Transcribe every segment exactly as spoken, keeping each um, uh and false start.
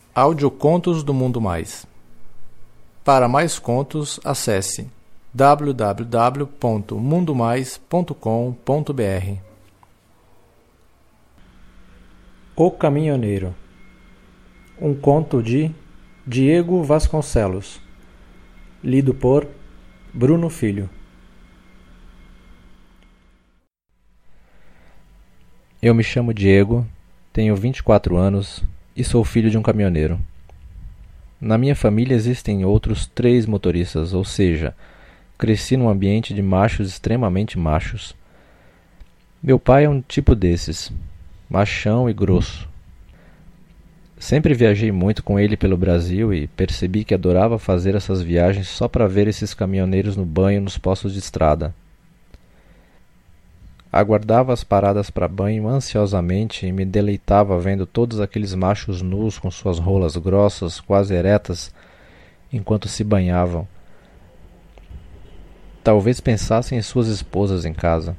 Audiocontos do Mundo Mais. Para mais contos, acesse w w w ponto mundo mais ponto com ponto b r. O Caminhoneiro. Um conto de Diego Vasconcelos. Lido por Bruno Filho. Eu me chamo Diego, tenho vinte e quatro anos e sou filho de um caminhoneiro. Na minha família existem outros três motoristas, ou seja, cresci num ambiente de machos extremamente machos. Meu pai é um tipo desses, machão e grosso. Sempre viajei muito com ele pelo Brasil e percebi que adorava fazer essas viagens só para ver esses caminhoneiros no banho nos postos de estrada. Aguardava as paradas para banho ansiosamente e me deleitava vendo todos aqueles machos nus com suas rolas grossas, quase eretas, enquanto se banhavam. Talvez pensassem em suas esposas em casa.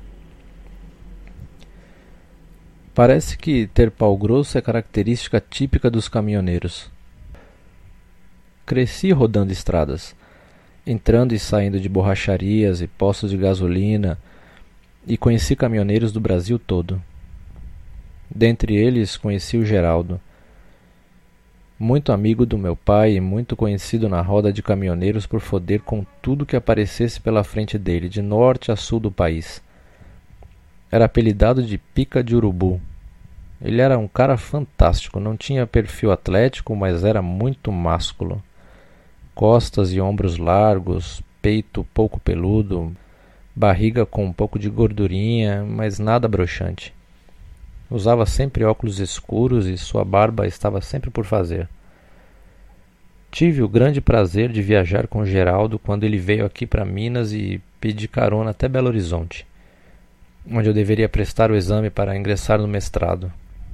Parece que ter pau grosso é característica típica dos caminhoneiros. Cresci rodando estradas, entrando e saindo de borracharias e postos de gasolina, e conheci caminhoneiros do Brasil todo. Dentre eles conheci o Geraldo, muito amigo do meu pai e muito conhecido na roda de caminhoneiros por foder com tudo que aparecesse pela frente dele, de norte a sul do país. Era apelidado de Pica de Urubu. Ele era um cara fantástico, não tinha perfil atlético, mas era muito másculo. Costas e ombros largos, peito pouco peludo, barriga com um pouco de gordurinha, mas nada broxante. Usava sempre óculos escuros e sua barba estava sempre por fazer. Tive o grande prazer de viajar com Geraldo quando ele veio aqui para Minas e pedi carona até Belo Horizonte, onde eu deveria prestar o exame para ingressar no mestrado.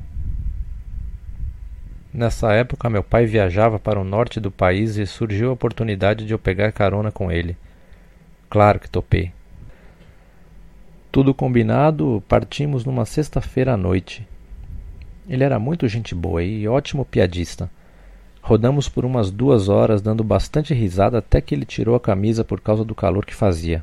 Nessa época, meu pai viajava para o norte do país e surgiu a oportunidade de eu pegar carona com ele. Claro que topei. Tudo combinado, partimos numa sexta-feira à noite. Ele era muito gente boa e ótimo piadista. Rodamos por umas duas horas dando bastante risada até que ele tirou a camisa por causa do calor que fazia.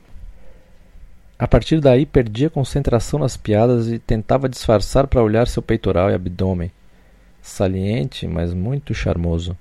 A partir daí perdi a concentração nas piadas e tentava disfarçar para olhar seu peitoral e abdômen. Saliente, mas muito charmoso.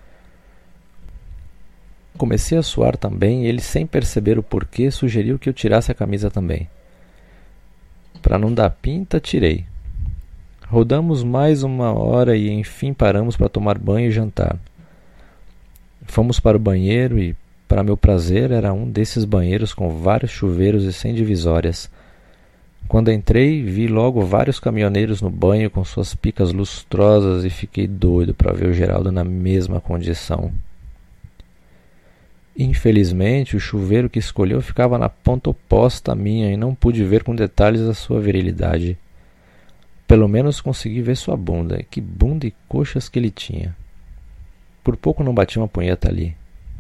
Comecei a suar também e ele, sem perceber o porquê, sugeriu que eu tirasse a camisa também. Para não dar pinta, tirei. Rodamos mais uma hora e enfim paramos para tomar banho e jantar. Fomos para o banheiro e, para meu prazer, era um desses banheiros com vários chuveiros e sem divisórias. Quando entrei, vi logo vários caminhoneiros no banho com suas picas lustrosas e fiquei doido para ver o Geraldo na mesma condição. Infelizmente, o chuveiro que escolheu ficava na ponta oposta à minha e não pude ver com detalhes a sua virilidade. Pelo menos consegui ver sua bunda, e que bunda e coxas que ele tinha. Por pouco não bati uma punheta ali.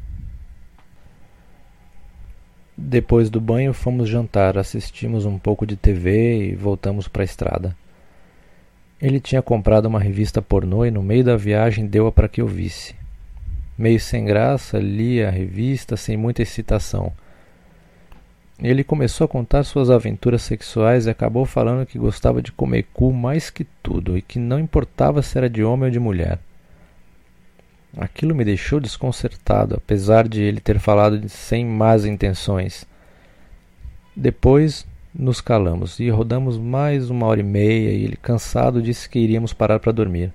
Depois do banho fomos jantar, assistimos um pouco de T V e voltamos para a estrada. Ele tinha comprado uma revista pornô e no meio da viagem deu-a para que eu visse. Meio sem graça, li a revista sem muita excitação. Ele começou a contar suas aventuras sexuais e acabou falando que gostava de comer cu mais que tudo e que não importava se era de homem ou de mulher. Aquilo me deixou desconcertado, apesar de ele ter falado sem más intenções. Depois nos calamos e rodamos mais uma hora e meia e ele, cansado, disse que iríamos parar para dormir.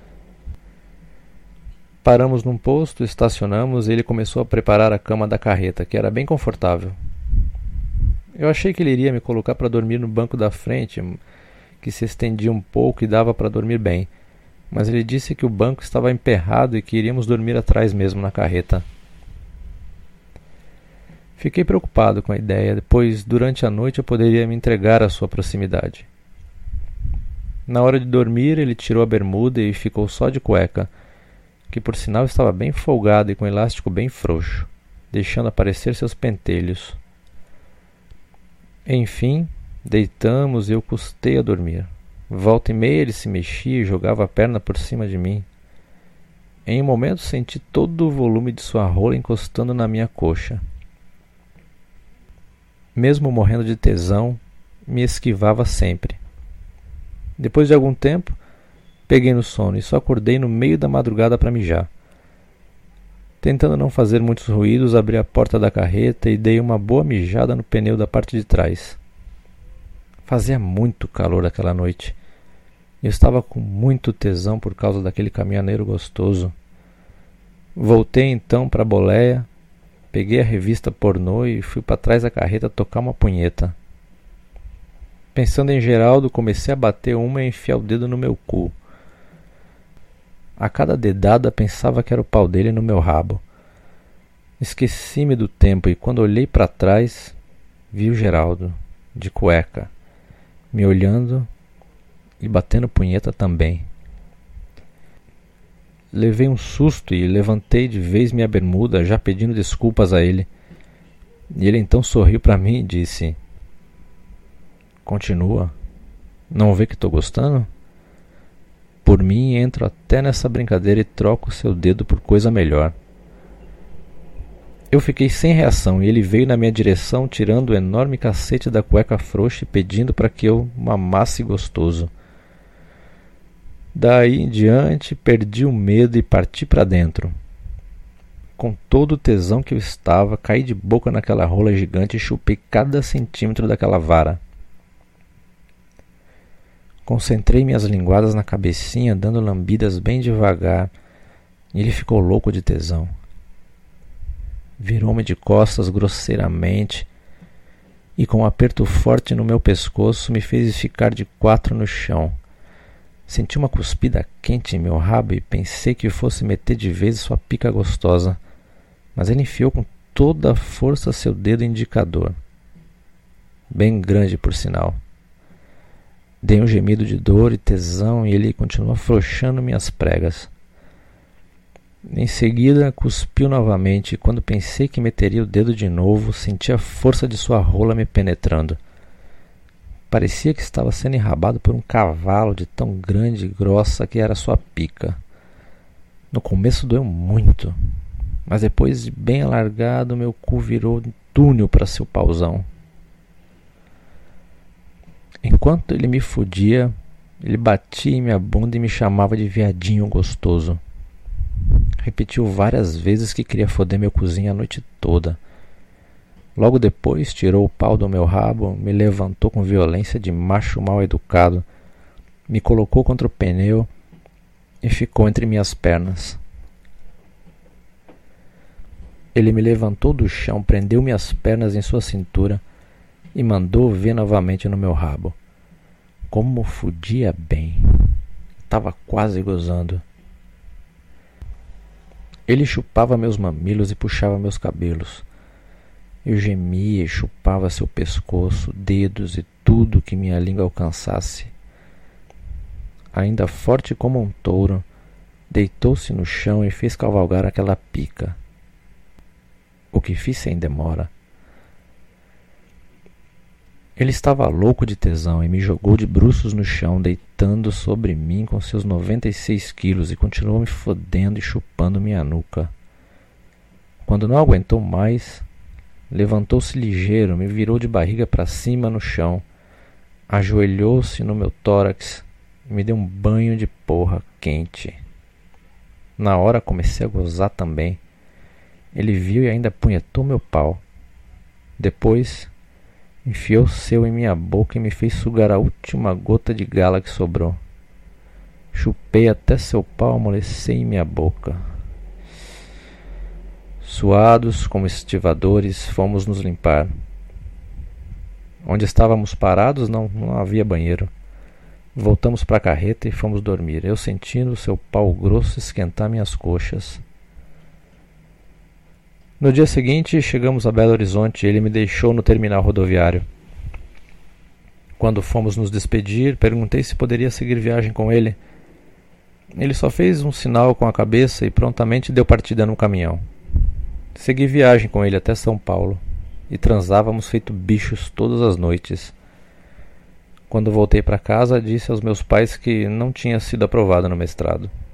Paramos num posto, estacionamos e ele começou a preparar a cama da carreta, que era bem confortável. Eu achei que ele iria me colocar para dormir no banco da frente, que se estendia um pouco e dava para dormir bem, mas ele disse que o banco estava emperrado e que iríamos dormir atrás mesmo na carreta. Fiquei preocupado com a ideia, pois durante a noite eu poderia me entregar à sua proximidade. Na hora de dormir, ele tirou a bermuda e ficou só de cueca, que por sinal estava bem folgado e com elástico bem frouxo, deixando aparecer seus pentelhos. Enfim, deitamos e eu custei a dormir. Volta e meia ele se mexia e jogava a perna por cima de mim. Em um momento senti todo o volume de sua rola encostando na minha coxa. Mesmo morrendo de tesão, me esquivava sempre. Depois de algum tempo, peguei no sono e só acordei no meio da madrugada para mijar. Tentando não fazer muitos ruídos, abri a porta da carreta e dei uma boa mijada no pneu da parte de trás. Fazia muito calor aquela noite. Eu estava com muito tesão por causa daquele caminhoneiro gostoso. Voltei então para a boleia, peguei a revista pornô e fui para trás da carreta tocar uma punheta. Pensando em Geraldo, comecei a bater uma e enfiar o dedo no meu cu. A cada dedada pensava que era o pau dele no meu rabo. Esqueci-me do tempo e quando olhei para trás, vi o Geraldo, de cueca, me olhando e batendo punheta também. Levei um susto e levantei de vez minha bermuda, já pedindo desculpas a ele. E ele então sorriu para mim e disse: "Continua. Não vê que estou gostando? Por mim, entro até nessa brincadeira e troco seu dedo por coisa melhor." Eu fiquei sem reação e ele veio na minha direção tirando o enorme cacete da cueca frouxa e pedindo para que eu mamasse gostoso. Daí em diante, perdi o medo e parti para dentro. Com todo o tesão que eu estava, caí de boca naquela rola gigante e chupei cada centímetro daquela vara. Concentrei minhas linguadas na cabecinha, dando lambidas bem devagar, e ele ficou louco de tesão. Virou-me de costas grosseiramente e com um aperto forte no meu pescoço me fez ficar de quatro no chão. Senti uma cuspida quente em meu rabo e pensei que fosse meter de vez sua pica gostosa, mas ele enfiou com toda a força seu dedo indicador. Bem grande, por sinal. Dei um gemido de dor e tesão e ele continuou afrouxando minhas pregas. Em seguida, cuspiu novamente e quando pensei que meteria o dedo de novo, senti a força de sua rola me penetrando. Parecia que estava sendo enrabado por um cavalo de tão grande e grossa que era sua pica. No começo doeu muito, mas depois de bem alargado, meu cu virou um túnel para seu pauzão. Enquanto ele me fudia, ele batia em minha bunda e me chamava de viadinho gostoso. Repetiu várias vezes que queria foder meu cozinho a noite toda. Logo depois, tirou o pau do meu rabo, me levantou com violência de macho mal educado, me colocou contra o pneu e ficou entre minhas pernas. Ele me levantou do chão, prendeu minhas pernas em sua cintura e mandou ver novamente no meu rabo. Como fudia bem. Estava quase gozando. Ele chupava meus mamilos e puxava meus cabelos. Eu gemia e chupava seu pescoço, dedos e tudo que minha língua alcançasse. Ainda forte como um touro, deitou-se no chão e fez cavalgar aquela pica. O que fiz sem demora. Ele estava louco de tesão e me jogou de bruços no chão, deitando sobre mim com seus noventa e seis quilos e continuou me fodendo e chupando minha nuca. Quando não aguentou mais, levantou-se ligeiro, me virou de barriga para cima no chão, ajoelhou-se no meu tórax e me deu um banho de porra quente. Na hora comecei a gozar também. Ele viu e ainda apunhetou meu pau. Depois enfiou o seu em minha boca e me fez sugar a última gota de gala que sobrou. Chupei até seu pau amolecer em minha boca. Suados como estivadores, fomos nos limpar. Onde estávamos parados não, não havia banheiro. Voltamos para a carreta e fomos dormir, eu sentindo seu pau grosso esquentar minhas coxas. No dia seguinte, chegamos a Belo Horizonte e ele me deixou no terminal rodoviário. Quando fomos nos despedir, perguntei se poderia seguir viagem com ele. Ele só fez um sinal com a cabeça e prontamente deu partida no caminhão. Segui viagem com ele até São Paulo e transávamos feito bichos todas as noites. Quando voltei para casa, disse aos meus pais que não tinha sido aprovado no mestrado.